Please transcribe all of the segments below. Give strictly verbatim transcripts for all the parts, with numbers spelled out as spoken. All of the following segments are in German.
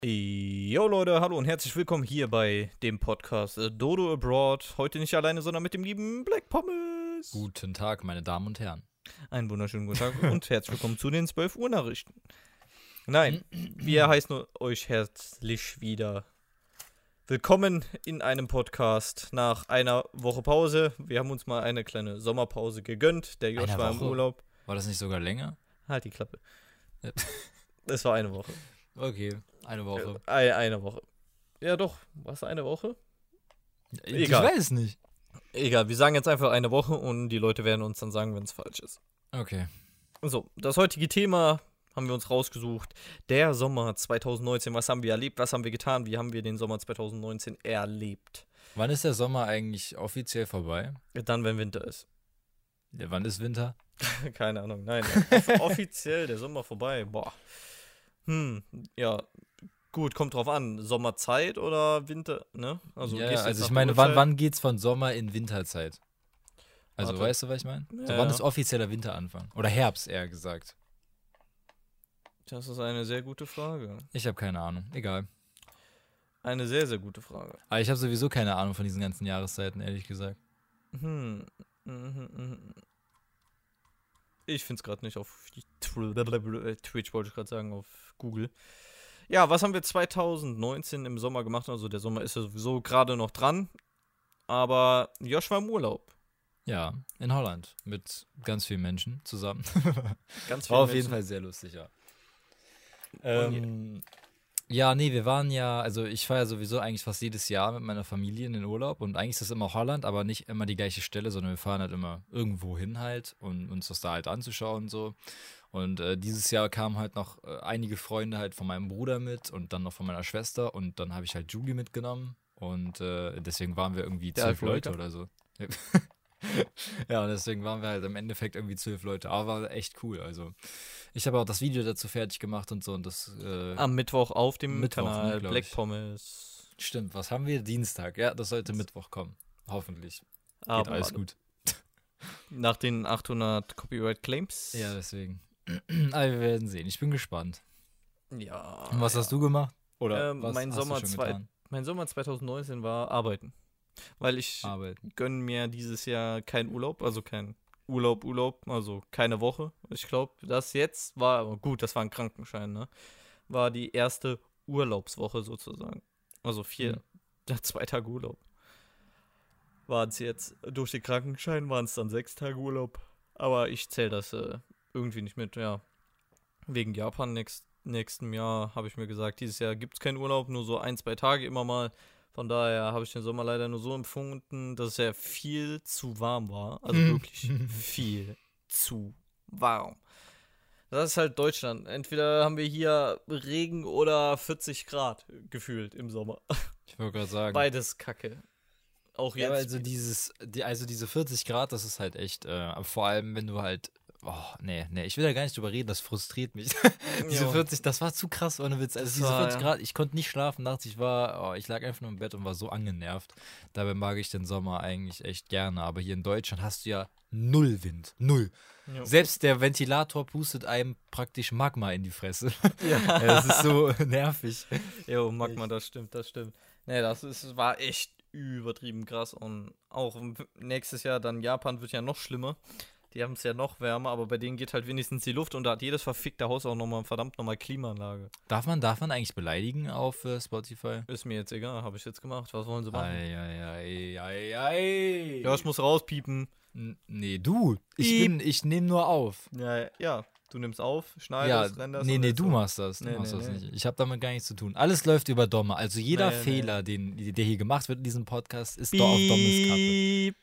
Jo Leute, hallo und herzlich willkommen hier bei dem Podcast äh, Dodo Abroad. Heute nicht alleine, sondern mit dem lieben Black Pommes. Guten Tag, meine Damen und Herren. Einen wunderschönen guten Tag und herzlich willkommen zu den zwölf Uhr Nachrichten. Nein, wir heißen euch herzlich wieder willkommen in einem Podcast nach einer Woche Pause. Wir haben uns mal eine kleine Sommerpause gegönnt. Der Josh Eine war im Woche? Urlaub. War das nicht sogar länger? Halt die Klappe. Es war eine Woche. Okay, eine Woche. Äh, eine Woche. Ja doch, war es eine Woche? Ich egal. weiß nicht. Egal, wir sagen jetzt einfach eine Woche und die Leute werden uns dann sagen, wenn es falsch ist. Okay. So, das heutige Thema haben wir uns rausgesucht. Der Sommer zwanzig neunzehn. Was haben wir erlebt? Was haben wir getan? Wie haben wir den Sommer zwanzig neunzehn erlebt? Wann ist der Sommer eigentlich offiziell vorbei? Dann, wenn Winter ist. Ja, wann ist Winter? Keine Ahnung, nein. Off- offiziell der Sommer vorbei. Boah. Hm, ja. Gut, kommt drauf an. Sommerzeit oder Winter, ne? Also, ja, gehst du jetzt also nach ich der meine, wann, Uhrzeit? wann geht's von Sommer in Winterzeit? Also, Warte. weißt du, was ich meine? So, Ja, wann ja. ist offizieller Winteranfang? Oder Herbst, eher gesagt. Das ist eine sehr gute Frage. Ich habe keine Ahnung. Egal. Eine sehr, sehr gute Frage. Aber ich habe sowieso keine Ahnung von diesen ganzen Jahreszeiten, ehrlich gesagt. Hm. Mhm, mhm. Ich find's gerade nicht auf Twitch, wollte ich gerade sagen, auf Google. Ja, was haben wir zwanzig neunzehn im Sommer gemacht? Also der Sommer ist ja sowieso gerade noch dran. Aber Josh war im Urlaub. Ja, in Holland. Mit ganz vielen Menschen zusammen. Ganz War auf viele jeden Menschen. Fall sehr lustig, ja. Und Ähm, ja, nee, wir waren ja, also ich fahre ja sowieso eigentlich fast jedes Jahr mit meiner Familie in den Urlaub und eigentlich ist das immer Holland, aber nicht immer die gleiche Stelle, sondern wir fahren halt immer irgendwo hin halt, um uns das da halt anzuschauen und so. Und äh, dieses Jahr kamen halt noch äh, einige Freunde halt von meinem Bruder mit und dann noch von meiner Schwester und dann habe ich halt Julie mitgenommen und äh, deswegen waren wir irgendwie Der zwölf Leute Alkoholiker. oder so. Ja, und deswegen waren wir halt im Endeffekt irgendwie zwölf Leute, aber war echt cool, also ich habe auch das Video dazu fertig gemacht und so und das äh, am Mittwoch auf dem Mittwoch, Kanal ne, glaub Black ich. Pommes. Stimmt, was haben wir? Dienstag. Ja, das sollte Mittwoch kommen. Hoffentlich. Geht Aber alles gut. nach den achthundert Copyright Claims. Ja, deswegen. Aber wir werden sehen. Ich bin gespannt. Ja. Und was ja. hast du gemacht? Oder Ähm, was mein hast Sommer du schon zwei- getan? Mein Sommer zwanzig neunzehn war arbeiten. Weil ich Arbeiten. gönne mir dieses Jahr keinen Urlaub, also kein Urlaub, Urlaub, also keine Woche. Ich glaube, das jetzt war, aber gut, das war ein Krankenschein, ne? War die erste Urlaubswoche sozusagen. Also vier, Hm. ja, zwei Tage Urlaub. Waren es jetzt, durch den Krankenschein waren es dann sechs Tage Urlaub. Aber ich zähle das äh, irgendwie nicht mit, ja. Wegen Japan nächst, nächstem Jahr habe ich mir gesagt, dieses Jahr gibt es keinen Urlaub, nur so ein, zwei Tage immer mal. Von daher habe ich den Sommer leider nur so empfunden, dass er viel zu warm war. Also Mhm. wirklich viel zu warm. Das ist halt Deutschland. Entweder haben wir hier Regen oder vierzig Grad gefühlt im Sommer. Ich wollte gerade sagen. Beides Kacke. Auch Ja, aber jetzt. also dieses, die, also diese vierzig Grad, das ist halt echt, äh, vor allem wenn du halt, oh, nee, nee, ich will da gar nicht drüber reden, das frustriert mich. Diese Jo. vierzig, das war zu krass, ohne Witz. Also Das diese war, vierzig ja. Grad, ich konnte nicht schlafen nachts, ich war, oh, ich lag einfach nur im Bett und war so angenervt. Dabei mag ich den Sommer eigentlich echt gerne, aber hier in Deutschland hast du ja null Wind, null. Jo. Selbst der Ventilator pustet einem praktisch Magma in die Fresse. Ja. Das ist so nervig. Jo, Magma, das stimmt, das stimmt. Nee, das ist, war echt übertrieben krass. Und auch nächstes Jahr dann Japan wird ja noch schlimmer. Die haben es ja noch wärmer, aber bei denen geht halt wenigstens die Luft und da hat jedes verfickte Haus auch nochmal verdammt nochmal Klimaanlage. Darf man, darf man eigentlich beleidigen auf äh, Spotify? Ist mir jetzt egal, habe ich jetzt gemacht. Was wollen sie machen? Ei, ei, ei, ei, ei. Ja, ich muss rauspiepen. N- Nee, du. Ich Piep. bin, ich nehme nur auf. Ja, ja. Du nimmst auf, Ja, schneidest, renderst. nee, und nee, lädst du hoch. machst das. Du Nee, machst nee, das nee. nicht. Ich habe damit gar nichts zu tun. Alles läuft über Domme. Also jeder Nee, nee. Fehler, Den, der hier gemacht wird in diesem Podcast, ist doch auf Dommes Kappe. Piep.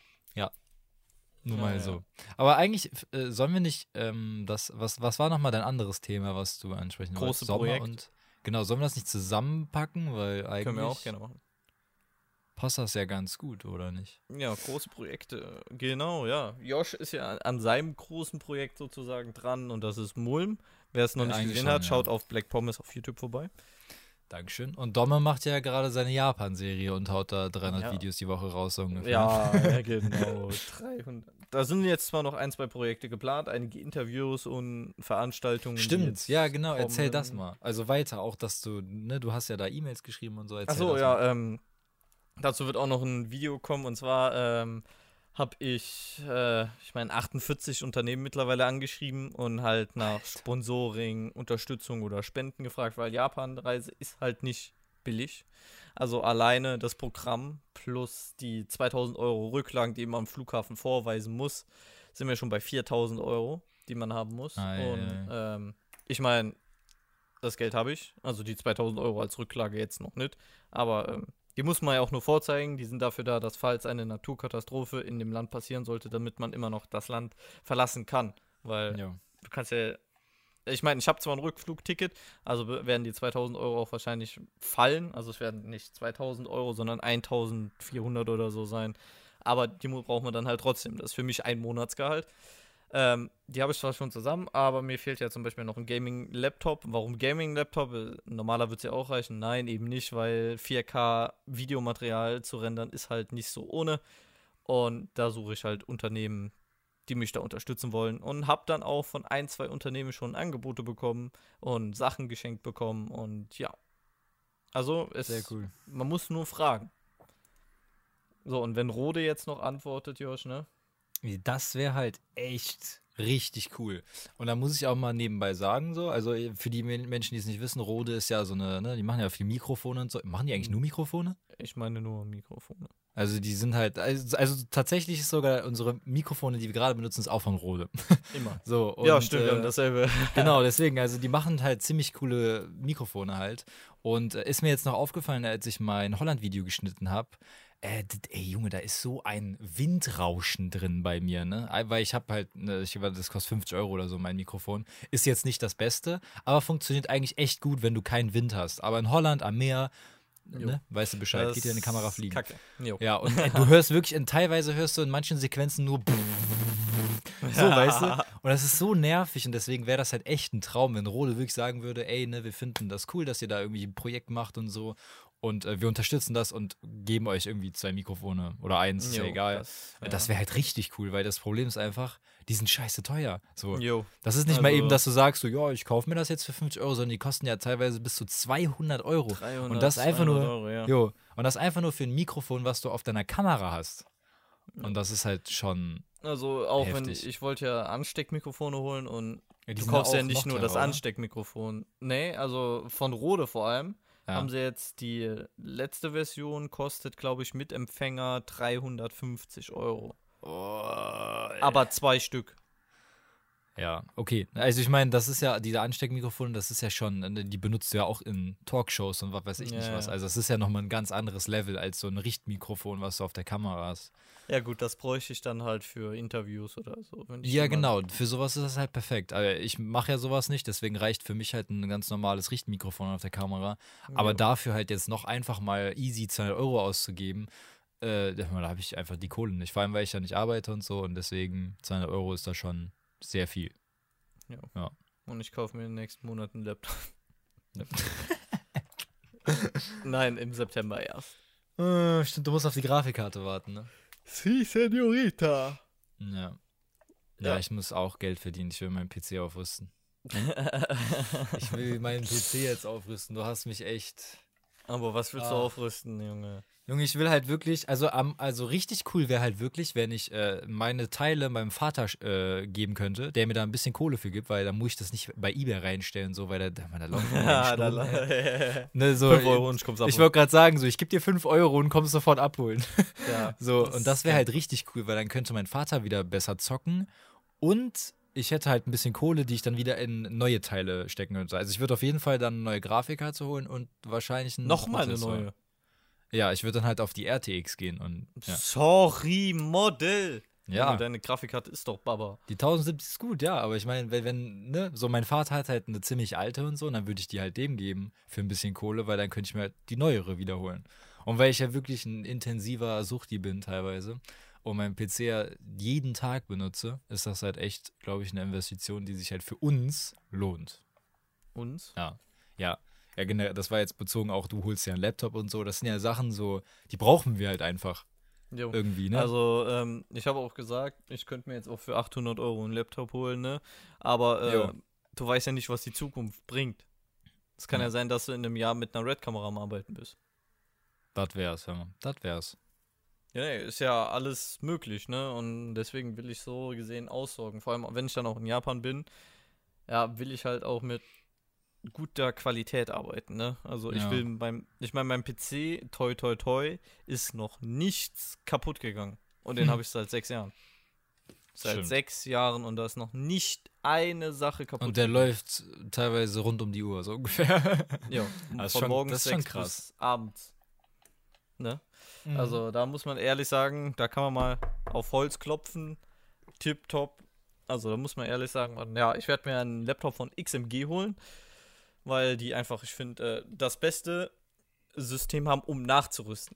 Nur Ja, mal ja. so. Aber eigentlich äh, sollen wir nicht, ähm, das, was, was war nochmal dein anderes Thema, was du ansprechen Große wolltest? Sommer Projekt. und genau, sollen wir das nicht zusammenpacken? Weil eigentlich Können wir auch gerne machen. passt das ja ganz gut, oder nicht? Ja, große Projekte. Genau, ja. Josh ist ja an seinem großen Projekt sozusagen dran und das ist Mulm. Wer es noch Ja, nicht eigentlich gesehen schon, hat, ja. schaut auf Black Pommes auf YouTube vorbei. Dankeschön. Und Domme macht ja gerade seine Japan-Serie und haut da dreihundert Ja. Videos die Woche raus, so ungefähr. Ja, ja, genau. dreihundert. Da sind jetzt zwar noch ein, zwei Projekte geplant, einige Interviews und Veranstaltungen. die Stimmt, jetzt ja, genau. Erzähl kommen. das mal. Also weiter, auch dass du, ne, du hast ja da E-Mails geschrieben und so. Erzähl Achso, das ja, mal. ähm, dazu wird auch noch ein Video kommen und zwar ähm, habe ich, äh, ich meine, achtundvierzig Unternehmen mittlerweile angeschrieben und halt nach Alter. Sponsoring, Unterstützung oder Spenden gefragt, weil Japan-Reise ist halt nicht billig. Also alleine das Programm plus die zweitausend Euro Rücklagen, die man am Flughafen vorweisen muss, sind wir schon bei viertausend Euro, die man haben muss. Ei, und ei. ähm, ich meine, das Geld habe ich, also die zweitausend Euro als Rücklage jetzt noch nicht, aber ähm, die muss man ja auch nur vorzeigen, die sind dafür da, dass falls eine Naturkatastrophe in dem Land passieren sollte, damit man immer noch das Land verlassen kann, weil Ja. du kannst ja, ich meine, ich habe zwar ein Rückflugticket, also be- werden die zweitausend Euro auch wahrscheinlich fallen, also es werden nicht zweitausend Euro, sondern eintausendvierhundert oder so sein, aber die mu- braucht man dann halt trotzdem, das ist für mich ein Monatsgehalt. Ähm, die habe ich zwar schon zusammen, aber mir fehlt ja zum Beispiel noch ein Gaming-Laptop. Warum Gaming-Laptop? Äh, Normaler wird es ja auch reichen. Nein, eben nicht, weil vier K-Videomaterial zu rendern ist halt nicht so ohne. Und da suche ich halt Unternehmen, die mich da unterstützen wollen. Und habe dann auch von ein, zwei Unternehmen schon Angebote bekommen und Sachen geschenkt bekommen. Und ja, also es, Sehr cool. man muss nur fragen. So, und wenn Rode jetzt noch antwortet, Josh, ne? Das wäre halt echt richtig cool. Und da muss ich auch mal nebenbei sagen, so, also für die Men- Menschen, die es nicht wissen, Rode ist ja so eine, ne, die machen ja viel Mikrofone und so. Machen die eigentlich nur Mikrofone? Ich meine nur Mikrofone. Also die sind halt, also, also tatsächlich ist sogar unsere Mikrofone, die wir gerade benutzen, ist auch von Rode. Immer. So, und, Ja, stimmt, wir äh, haben dasselbe. Genau, deswegen, also die machen halt ziemlich coole Mikrofone halt. Und äh, ist mir jetzt noch aufgefallen, als ich mein Holland-Video geschnitten habe, äh, d- ey Junge, da ist so ein Windrauschen drin bei mir, ne? Äh, Weil ich habe halt, ne, ich, das kostet fünfzig Euro oder so, mein Mikrofon. Ist jetzt nicht das Beste, aber funktioniert eigentlich echt gut, wenn du keinen Wind hast. Aber in Holland am Meer, Jo. ne, weißt du Bescheid, Das geht dir in die Kamera fliegen. Kacke. Jo. Ja, und äh, du hörst wirklich, in, teilweise hörst du in manchen Sequenzen nur so, weißt du? Und das ist so nervig und deswegen wäre das halt echt ein Traum, wenn Rode wirklich sagen würde, ey, ne, wir finden das cool, dass ihr da irgendwie ein Projekt macht und so und äh, wir unterstützen das und geben euch irgendwie zwei Mikrofone oder eins, ist ja Jo, egal. Das, Das wäre halt richtig cool, weil das Problem ist einfach, die sind scheiße teuer. So. Jo. Das ist nicht mal Also- eben, dass du sagst, so, ja, ich kaufe mir das jetzt für fünfzig Euro, sondern die kosten ja teilweise bis zu zweihundert Euro. dreihundert, Und das einfach nur, zweihundert Euro, ja. jo, und das einfach nur für ein Mikrofon, was du auf deiner Kamera hast. Und das ist halt schon. Also auch wenn Heftig. ich, ich wollte ja Ansteckmikrofone holen und Ja, die du sind kaufst ja auch nicht noch nur teurer, das oder? Ansteckmikrofon. Nee, also von Rode vor allem. Ja. Haben sie jetzt die letzte Version, kostet glaube ich mit Empfänger dreihundertfünfzig Euro. Oh, Aber zwei Stück. ja, okay. Also ich meine, das ist ja, diese Ansteckmikrofone, das ist ja schon, äh, die benutzt du ja auch in Talkshows und was weiß ich Ja, nicht was. ja. Also es ist ja nochmal ein ganz anderes Level als so ein Richtmikrofon, was du auf der Kamera hast. Ja gut, das bräuchte ich dann halt für Interviews oder so. Wenn ich Ja, jemand- genau. Für sowas ist das halt perfekt. Aber ich mache ja sowas nicht, deswegen reicht für mich halt ein ganz normales Richtmikrofon auf der Kamera. Aber Jo. dafür halt jetzt noch einfach mal easy zweihundert Euro auszugeben, äh, da habe ich einfach die Kohle nicht. Vor allem, weil ich ja nicht arbeite und so und deswegen zweihundert Euro ist da schon sehr viel. Und ich kaufe mir in den nächsten Monaten einen Laptop. Nein, im September erst. Äh, stimmt, du musst auf die Grafikkarte warten, ne? Si, Senorita. Ja. Ja, Ja. ich muss auch Geld verdienen. Ich will meinen P C aufrüsten. Ich will meinen P C jetzt aufrüsten. Du hast mich echt. Aber was willst du Ah. aufrüsten, Junge? Junge, ich will halt wirklich, also am, also richtig cool wäre halt wirklich, wenn ich äh, meine Teile meinem Vater äh, geben könnte, der mir da ein bisschen Kohle für gibt, weil dann muss ich das nicht bei eBay reinstellen, so, weil da, da, da läuft Ja, da Strom, ey. la- Ne, so, fünf Euro und ich komm's ab. Ich wollte gerade sagen, so, ich gebe dir fünf Euro und kommst sofort abholen. ja. So, Das und das wäre ist- halt richtig cool, weil dann könnte mein Vater wieder besser zocken und ich hätte halt ein bisschen Kohle, die ich dann wieder in neue Teile stecken könnte. Also ich würde auf jeden Fall dann eine neue Grafikkarte holen und wahrscheinlich einen Nochmal eine Prozessor. neue. Ja, ich würde dann halt auf die R T X gehen und ja. Sorry, Model. Ja. Junge, deine Grafikkarte ist doch Baba. Die tausendsiebzig ist gut, ja, aber ich meine, wenn, wenn, ne, so mein Vater hat halt eine ziemlich alte und so, und dann würde ich die halt dem geben für ein bisschen Kohle, weil dann könnte ich mir halt die neuere wiederholen. Und weil ich ja wirklich ein intensiver Suchti bin teilweise und meinen P C ja jeden Tag benutze, ist das halt echt, glaube ich, eine Investition, die sich halt für uns lohnt. Uns? Ja. Ja. ja, generell, das war jetzt bezogen auch, du holst ja einen Laptop und so, das sind ja Sachen so, die brauchen wir halt einfach. Jo. Irgendwie, ne? Also, ähm, ich habe auch gesagt, ich könnte mir jetzt auch für achthundert Euro einen Laptop holen, ne? Aber äh, du weißt ja nicht, was die Zukunft bringt. Es kann ja. ja sein, dass du in einem Jahr mit einer Red-Kamera am Arbeiten bist. Das wär's, ja. Das wär's. Ja, nee, ist ja alles möglich, ne? Und deswegen will ich so gesehen aussorgen. Vor allem, wenn ich dann auch in Japan bin, ja, will ich halt auch mit guter Qualität arbeiten, ne? Also ich Ja. will beim, ich meine, mein P C, toi toi toi, ist noch nichts kaputt gegangen. Und den Hm. habe ich seit sechs Jahren. Seit Stimmt. sechs Jahren und da ist noch nicht eine Sache kaputt Und der gegangen. läuft teilweise rund um die Uhr, so ungefähr. Ja, Das ist von schon- morgens das ist schon sechs krass. bis abends. Ne? Mhm. Also da muss man ehrlich sagen, da kann man mal auf Holz klopfen. Tipptopp. Also da muss man ehrlich sagen, ja, ich werde mir einen Laptop von X M G holen, weil die einfach, ich finde, äh, das beste System haben, um nachzurüsten.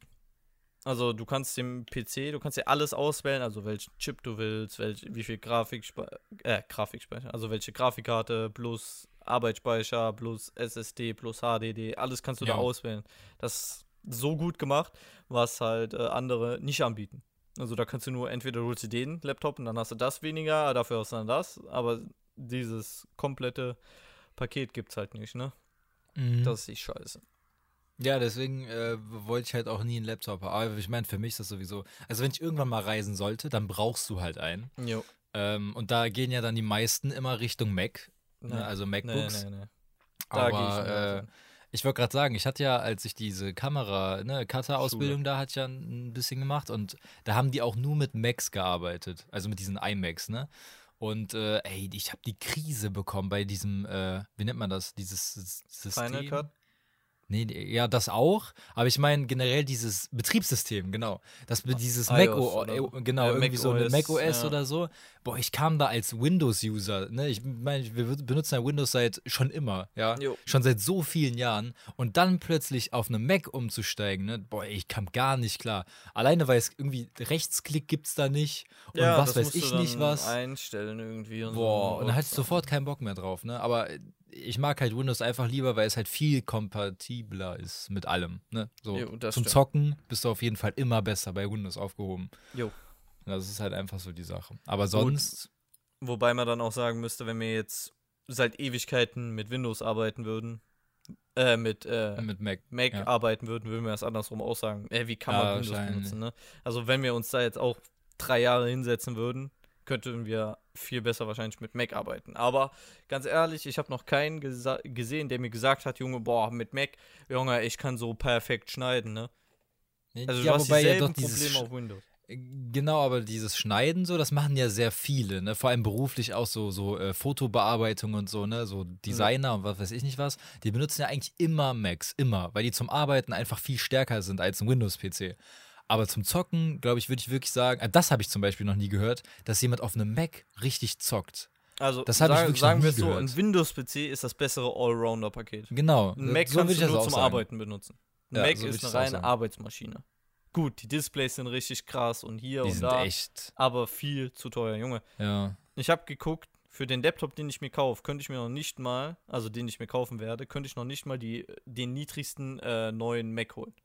Also du kannst dem P C, du kannst ja alles auswählen, also welchen Chip du willst, welch, wie viel Grafikspeicher, äh, Grafikspeicher, also welche Grafikkarte plus Arbeitsspeicher plus S S D plus H D D, alles kannst du Ja. da auswählen. Das ist so gut gemacht, was halt äh, andere nicht anbieten. Also da kannst du nur entweder holst du den Laptop und dann hast du das weniger, dafür hast du dann das, aber dieses komplette Paket gibt's halt nicht, ne? Mhm. Das ist die Scheiße. Ja, deswegen äh, wollte ich halt auch nie einen Laptop haben. Aber ich meine, für mich ist das sowieso. Also, wenn ich irgendwann mal reisen sollte, dann brauchst du halt einen. Jo. Ähm, und da gehen ja dann die meisten immer Richtung Mac. Nee. Ne? Also MacBooks. Nee, nee, nee. Da gehe ich Aber nicht äh, hin. ich wollte gerade sagen, ich hatte ja, als ich diese Kamera, ne, Cutter-Ausbildung da hatte ich ja ein bisschen gemacht und da haben die auch nur mit Macs gearbeitet. Also mit diesen iMacs, ne? Und äh, ey, ich habe die Krise bekommen bei diesem, äh, wie nennt man das? Dieses S- System. Final Cut? Nee, nee, ja, das auch. Aber ich meine generell dieses Betriebssystem, genau. Das mit dieses Mac iOS O, oder äh, so. genau, Äh, irgendwie so eine macOS, Mac O S ja. oder so. Boah, ich kam da als Windows-User, ne? Ich meine, wir benutzen ja Windows seit schon immer, ja. Jo. Schon seit so vielen Jahren. Und dann plötzlich auf eine Mac umzusteigen, ne? Boah, ich kam gar nicht klar. Alleine, weil es irgendwie Rechtsklick gibt's da nicht. Und Ja, was das weiß musst du ich dann nicht was. einstellen irgendwie und Boah, so. und dann hatte ich sofort keinen Bock mehr drauf, ne? Aber ich mag halt Windows einfach lieber, weil es halt viel kompatibler ist mit allem, ne? So Jo, das zum stimmt. Zocken bist du auf jeden Fall immer besser bei Windows aufgehoben. Jo. Das ist halt einfach so die Sache. Aber sonst, Wobei man dann auch sagen müsste, wenn wir jetzt seit Ewigkeiten mit Windows arbeiten würden, äh, mit äh, mit Mac. Mac ja. arbeiten würden, würden wir das andersrum auch sagen. Äh, wie kann man Ja, Windows wahrscheinlich. benutzen, ne? Also wenn wir uns da jetzt auch drei Jahre hinsetzen würden, könnten wir viel besser wahrscheinlich mit Mac arbeiten. Aber ganz ehrlich, ich habe noch keinen gesa- gesehen, der mir gesagt hat, Junge, boah, mit Mac, Junge, ich kann so perfekt schneiden, ne? Also ja, du hast wobei ja dieselben doch dieses Probleme Sch- auf Windows. Genau, aber dieses Schneiden so, das machen ja sehr viele, ne? Vor allem beruflich auch so, so äh, Fotobearbeitung und so, ne? So Designer und was weiß ich nicht was. Die benutzen ja eigentlich immer Macs, immer, weil die zum Arbeiten einfach viel stärker sind als ein Windows-P C. Aber zum Zocken, glaube ich, würde ich wirklich sagen, äh, das habe ich zum Beispiel noch nie gehört, dass jemand auf einem Mac richtig zockt. Also Das hab ich sagen, wirklich sagen noch wir nie es so, gehört. ein Windows-P C ist das bessere Allrounder-Paket. Genau. Ein Mac so kannst würde ich du das nur auch zum sagen. Arbeiten benutzen. Ein Ja, Mac so würd ist ich's eine auch reine sagen. Arbeitsmaschine. Gut, die Displays sind richtig krass und hier Die und sind da, echt, aber viel zu teuer, Junge. ja. Ich habe geguckt, für den Laptop, den ich mir kaufe, könnte ich mir noch nicht mal, also den ich mir kaufen werde, könnte ich noch nicht mal die, den niedrigsten äh, neuen Mac holen.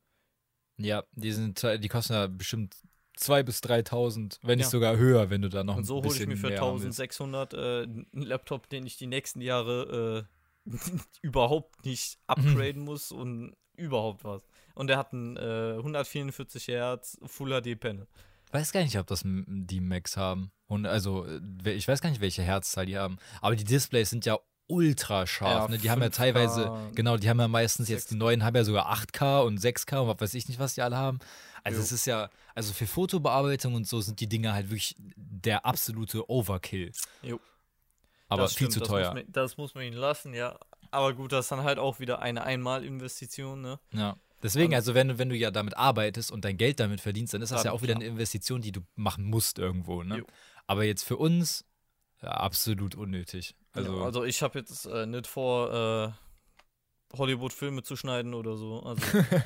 Ja, die sind, die kosten ja bestimmt zweitausend bis dreitausend, wenn nicht Ja. sogar höher, wenn du da noch Und ein so hole ich bisschen mir für mehr haben willst. eintausendsechshundert äh, einen Laptop, den ich die nächsten Jahre äh, überhaupt nicht upgraden muss und überhaupt was. Und der hat ein äh, hundertvierundvierzig Hertz Full H D Panel. Weiß gar nicht, ob das m- die Macs haben. Und also, äh, we- ich weiß gar nicht, welche Herzzahl die haben. Aber die Displays sind ja ultra scharf. Ja, ne? Die haben ja fünf K, teilweise, genau, die haben ja meistens jetzt, sechs die neuen haben ja sogar acht K und sechs K und was weiß ich nicht, was die alle haben. Also Jo. es ist ja, also für Fotobearbeitung und so sind die Dinger halt wirklich der absolute Overkill. Jo. Aber Das viel stimmt, zu das teuer. Muss man, das muss man ihnen lassen, ja. Aber gut, das ist dann halt auch wieder eine Einmalinvestition, ne? Ja. Deswegen, Und- also wenn, du- wenn du ja damit arbeitest und dein Geld damit verdienst, dann ist das Dann ja auch wieder klar. eine Investition, die du machen musst irgendwo. Ne? Jo. Aber jetzt für uns ja, absolut unnötig. Also, Also, ja, also ich habe jetzt äh, nicht vor, äh, Hollywood-Filme zu schneiden oder so. Also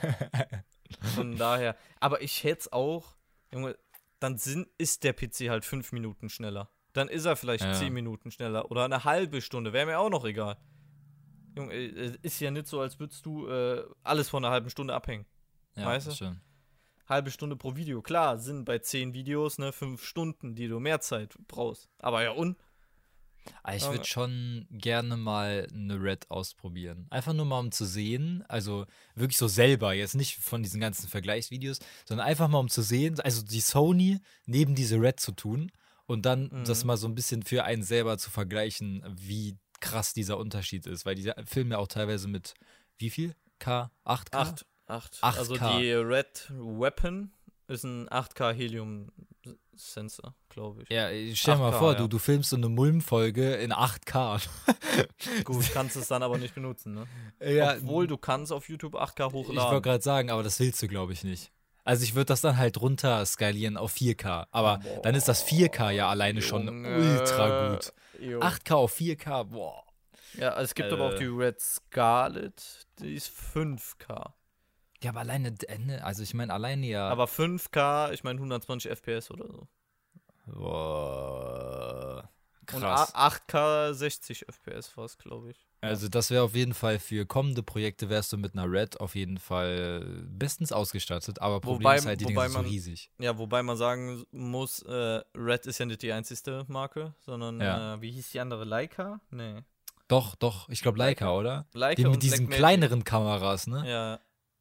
von daher. Aber ich hätte es auch, Junge, dann sind, ist der P C halt fünf Minuten schneller. Dann ist er vielleicht Ja. zehn Minuten schneller oder eine halbe Stunde. Wäre mir auch noch egal. Junge, äh, ist ja nicht so, als würdest du äh, alles von einer halben Stunde abhängen. Ja, Weißt das du? stimmt. Halbe Stunde pro Video. Klar, sind bei zehn Videos, ne, fünf Stunden, die du mehr Zeit brauchst. Aber ja, und? Aber ich Ja. würde schon gerne mal eine Red ausprobieren. Einfach nur mal, um zu sehen, also wirklich so selber, jetzt nicht von diesen ganzen Vergleichsvideos, sondern einfach mal, um zu sehen, also die Sony neben diese Red zu tun und dann Mhm. das mal so ein bisschen für einen selber zu vergleichen, wie krass dieser Unterschied ist. Weil die filmen ja auch teilweise mit, wie viel? K? acht K? acht. acht. acht K. Also die Red Weapon ist ein acht K Helium-Sensor, glaube ich. Ja, stell dir mal acht K, vor, ja. du, du filmst so eine Mulm-Folge in acht K. Gut, kannst es dann aber nicht benutzen, ne? Ja, Obwohl, du kannst auf YouTube acht K ich wollte hochladen. gerade sagen, aber das willst du, glaube ich, nicht. Also ich würde das dann halt runter skalieren auf vier K. Aber Boah, dann ist das vier K ja alleine schon Junge. ultra gut. Jo. acht K auf vier K, boah. Ja, es gibt aber auch Äh. die Red Scarlet, die ist fünf K. Ja, aber alleine, Ende, also ich meine alleine ja. Aber fünf K, ich meine hundertzwanzig F P S oder so. Boah, Und krass. a- acht K sechzig F P S fast, glaube ich. Also das wäre auf jeden Fall für kommende Projekte wärst du mit einer Red auf jeden Fall bestens ausgestattet. Aber Problem Wobei- ist halt, die wobei Dinger sind so man- riesig. Ja, wobei man sagen muss, äh, Red ist ja nicht die einzigste Marke, sondern, Ja. äh, wie hieß die andere? Leica? Nee. Doch, doch, ich glaube Leica, Leica. oder? Leica Die und mit diesen Blackmagic. kleineren Kameras, ne? Ja.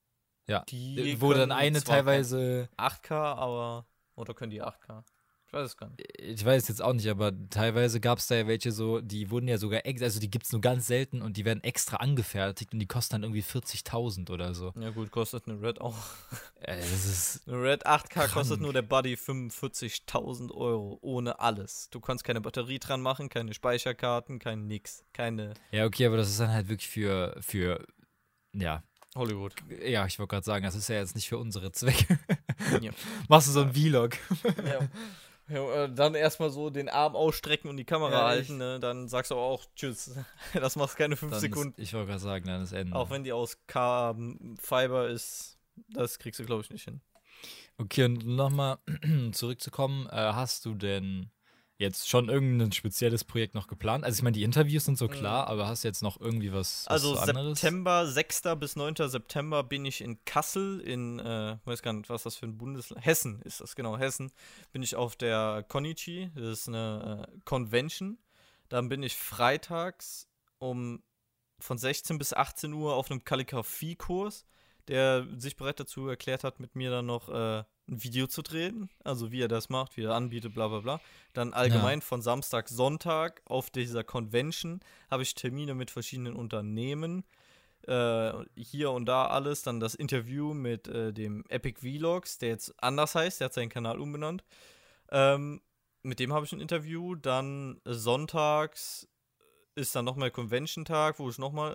Ja. Die Wo dann können eine zwar kein teilweise, acht K, aber. Oder können die acht K? Ich weiß es gar nicht. ich weiß jetzt auch nicht, aber teilweise gab es da ja welche so, die wurden ja sogar, ex also die gibt es nur ganz selten und die werden extra angefertigt und die kosten dann irgendwie vierzigtausend oder so. Ja, gut, kostet eine Red auch. Äh, das ist, Eine Red acht K Krank. kostet nur der Buddy fünfundvierzigtausend Euro. Ohne alles. Du kannst keine Batterie dran machen, keine Speicherkarten, kein nix. Keine ja okay, aber das ist dann halt wirklich für, für, ja, Hollywood. ja, ich wollte gerade sagen, das ist ja jetzt nicht für unsere Zwecke. Ja. Machst du so ein Vlog? Ja. Ja, äh, dann erstmal so den Arm ausstrecken und die Kamera Ja, halten, ne? Dann sagst du auch Tschüss. Das machst keine fünf Dann Sekunden. Ist, ich wollte gerade sagen, dann ist Ende. Auch wenn die aus Carbon-Fiber ist, das kriegst du, glaube ich, nicht hin. Okay, und nochmal zurückzukommen, äh, hast du denn jetzt schon irgendein spezielles Projekt noch geplant? Also ich meine, die Interviews sind so klar, aber hast du jetzt noch irgendwie was, was Also anderes? September, sechster bis neunter September bin ich in Kassel, in, äh, weiß gar nicht, was das für ein Bundesland, Hessen ist das, genau, Hessen, bin ich auf der Konichi, das ist eine äh, Convention. Dann bin ich freitags um von sechzehn bis achtzehn Uhr auf einem Kalligrafiekurs, der sich bereit dazu erklärt hat, mit mir dann noch äh, ein Video zu drehen, also wie er das macht, wie er anbietet, bla bla bla. Dann allgemein von Samstag, Sonntag auf dieser Convention habe ich Termine mit verschiedenen Unternehmen, äh, hier und da alles. Dann das Interview mit äh, dem Epic Vlogs, der jetzt anders heißt, der hat seinen Kanal umbenannt. Ähm, mit dem habe ich ein Interview. Dann sonntags ist dann nochmal Convention-Tag, wo ich nochmal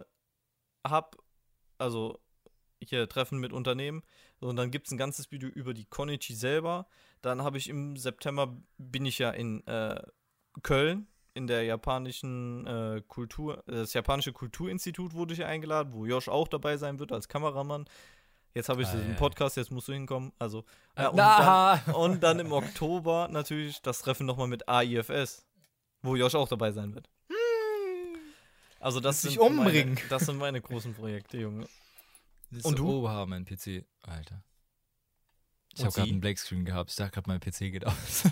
hab, also hier Treffen mit Unternehmen. So, und dann gibt es ein ganzes Video über die Konichi selber. Dann habe ich im September, bin ich ja in äh, Köln, in der japanischen äh, Kultur, das japanische Kulturinstitut wurde ich eingeladen, wo Josh auch dabei sein wird als Kameramann. Jetzt habe ich Geil. diesen Podcast, jetzt musst du hinkommen. Also, Äh, ja, und, na. dann, und dann im Oktober natürlich das Treffen nochmal mit A I F S, wo Josh auch dabei sein wird. Also das Willst sind, dich umbringen? meine, das sind meine großen Projekte, Junge. Und Und du? du? Oha, mein P C. Alter. Ich Und habe gerade sie? einen Blackscreen gehabt. Ich dachte gerade, mein P C geht aus.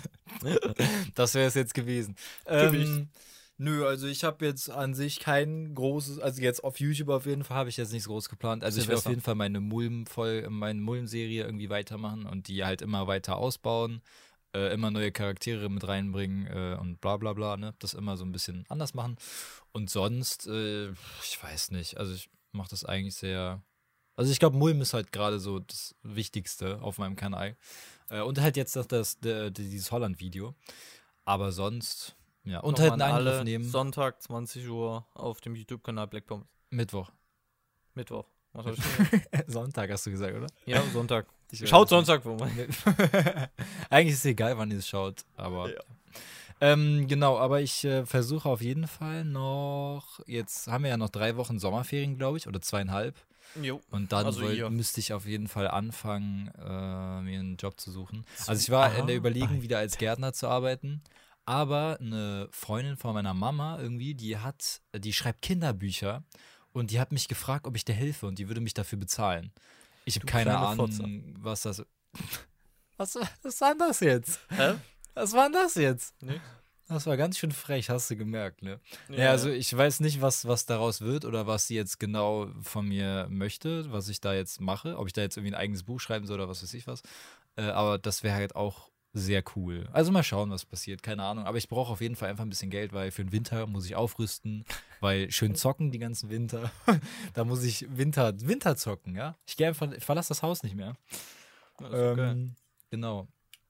Das wäre es jetzt gewesen. Typisch. Ähm, nö, also ich habe jetzt an sich kein großes, also jetzt auf YouTube auf jeden Fall habe ich jetzt nichts groß geplant. Also ich will auf Silvester. jeden Fall meine Mulm voll, meine Mulm-Serie irgendwie weitermachen und die halt immer weiter ausbauen, äh, immer neue Charaktere mit reinbringen äh, und bla bla bla, ne? Das immer so ein bisschen anders machen. Und sonst, äh, ich weiß nicht, also ich mache das eigentlich sehr. Also ich glaube, Mulm ist halt gerade so das Wichtigste auf meinem Kanal. Äh, und halt jetzt das, das, das, dieses Holland-Video. Aber sonst, ja. Und halt einen Nochmal an Angriff alle, nehmen. Sonntag, zwanzig Uhr auf dem YouTube-Kanal Black Pommes. Mittwoch. Mittwoch. Was hab ich denn? Sonntag hast du gesagt, oder? Ja, Sonntag. Ich weiß Schaut es nicht. Sonntag, wo man. Eigentlich ist es egal, wann ihr es schaut, aber. Ja. Ähm, genau, aber ich äh, versuche auf jeden Fall noch. Jetzt haben wir ja noch drei Wochen Sommerferien, glaube ich, oder zweieinhalb. Jo. Und dann Also woll- ihr. müsste ich auf jeden Fall anfangen, äh, mir einen Job zu suchen. Also ich war in der Überlegung, wieder als Gärtner zu arbeiten. Aber eine Freundin von meiner Mama irgendwie, die hat, die schreibt Kinderbücher und die hat mich gefragt, ob ich dir helfe und die würde mich dafür bezahlen. Ich habe Du keine kleine Ahnung, Fotze. was das was, was war denn das jetzt? Hä? Was war denn das jetzt? Nix. Das war ganz schön frech, hast du gemerkt, ne? Ja, Ja, also ich weiß nicht, was, was daraus wird oder was sie jetzt genau von mir möchte, was ich da jetzt mache, ob ich da jetzt irgendwie ein eigenes Buch schreiben soll oder was weiß ich was. Äh, aber das wäre halt auch sehr cool. Also mal schauen, was passiert, keine Ahnung. Aber ich brauche auf jeden Fall einfach ein bisschen Geld, weil für den Winter muss ich aufrüsten, weil schön zocken die ganzen Winter. Da muss ich Winter, Winter zocken, ja? Ich gehe einfach, ich verlasse das Haus nicht mehr. das ist okay. Ähm, genau.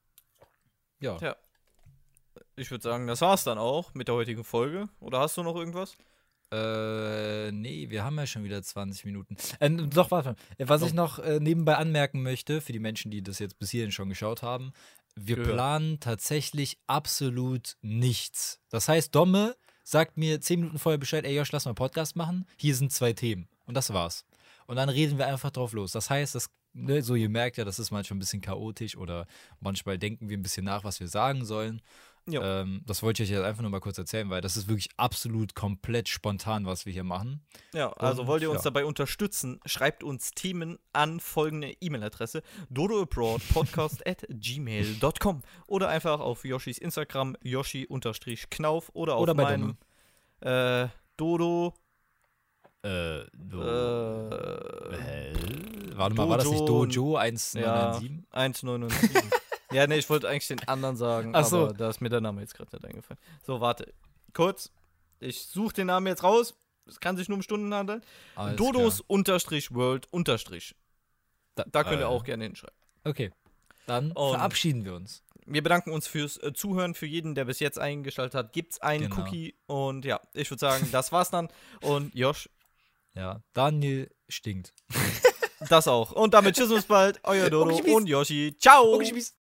Ja. Tja. Ich würde sagen, das war's dann auch mit der heutigen Folge. Oder hast du noch irgendwas? Äh, nee, wir haben ja schon wieder zwanzig Minuten. Äh, doch, warte mal. Was Doch. ich noch äh, nebenbei anmerken möchte, für die Menschen, die das jetzt bis hierhin schon geschaut haben, wir Ja. planen tatsächlich absolut nichts. Das heißt, Domme sagt mir zehn Minuten vorher Bescheid, ey Josh, lass mal einen Podcast machen. Hier sind zwei Themen. Und das war's. Und dann reden wir einfach drauf los. Das heißt, das, ne, so ihr merkt ja, das ist manchmal ein bisschen chaotisch oder manchmal denken wir ein bisschen nach, was wir sagen sollen. Ja. Ähm, das wollte ich euch jetzt einfach nur mal kurz erzählen, weil das ist wirklich absolut komplett spontan, was wir hier machen. Ja, also Und, wollt ihr uns ja. dabei unterstützen, schreibt uns Themen an folgende E-Mail-Adresse dodoabroadpodcast at gmail dot com oder einfach auf Yoshis Instagram yoshi-knauf oder auf Oder bei meinem äh, Dodo Äh, do, äh, Hä? Warte mal, war das nicht Dojo- Dojo eins neun ja, sieben? eins neun neun sieben. Ja, nee, ich wollte eigentlich den anderen sagen, Ach so. aber da ist mir der Name jetzt gerade nicht eingefallen. So, warte. Kurz. Ich suche den Namen jetzt raus. Es kann sich nur um Stunden handeln. Alles Dodos klar. unterstrich World unterstrich. Da könnt ihr äh, auch gerne hinschreiben. Okay, dann Und- verabschieden wir uns. Wir bedanken uns fürs äh, Zuhören. Für jeden, der bis jetzt eingeschaltet hat, gibt's einen Genau. Cookie. Und ja, ich würde sagen, das war's dann. Und Josh, Ja, Daniel stinkt. das auch. Und damit tschüss uns bald. Euer Dodo Okay, tschüss. und Yoshi. Ciao. Okay, tschüss.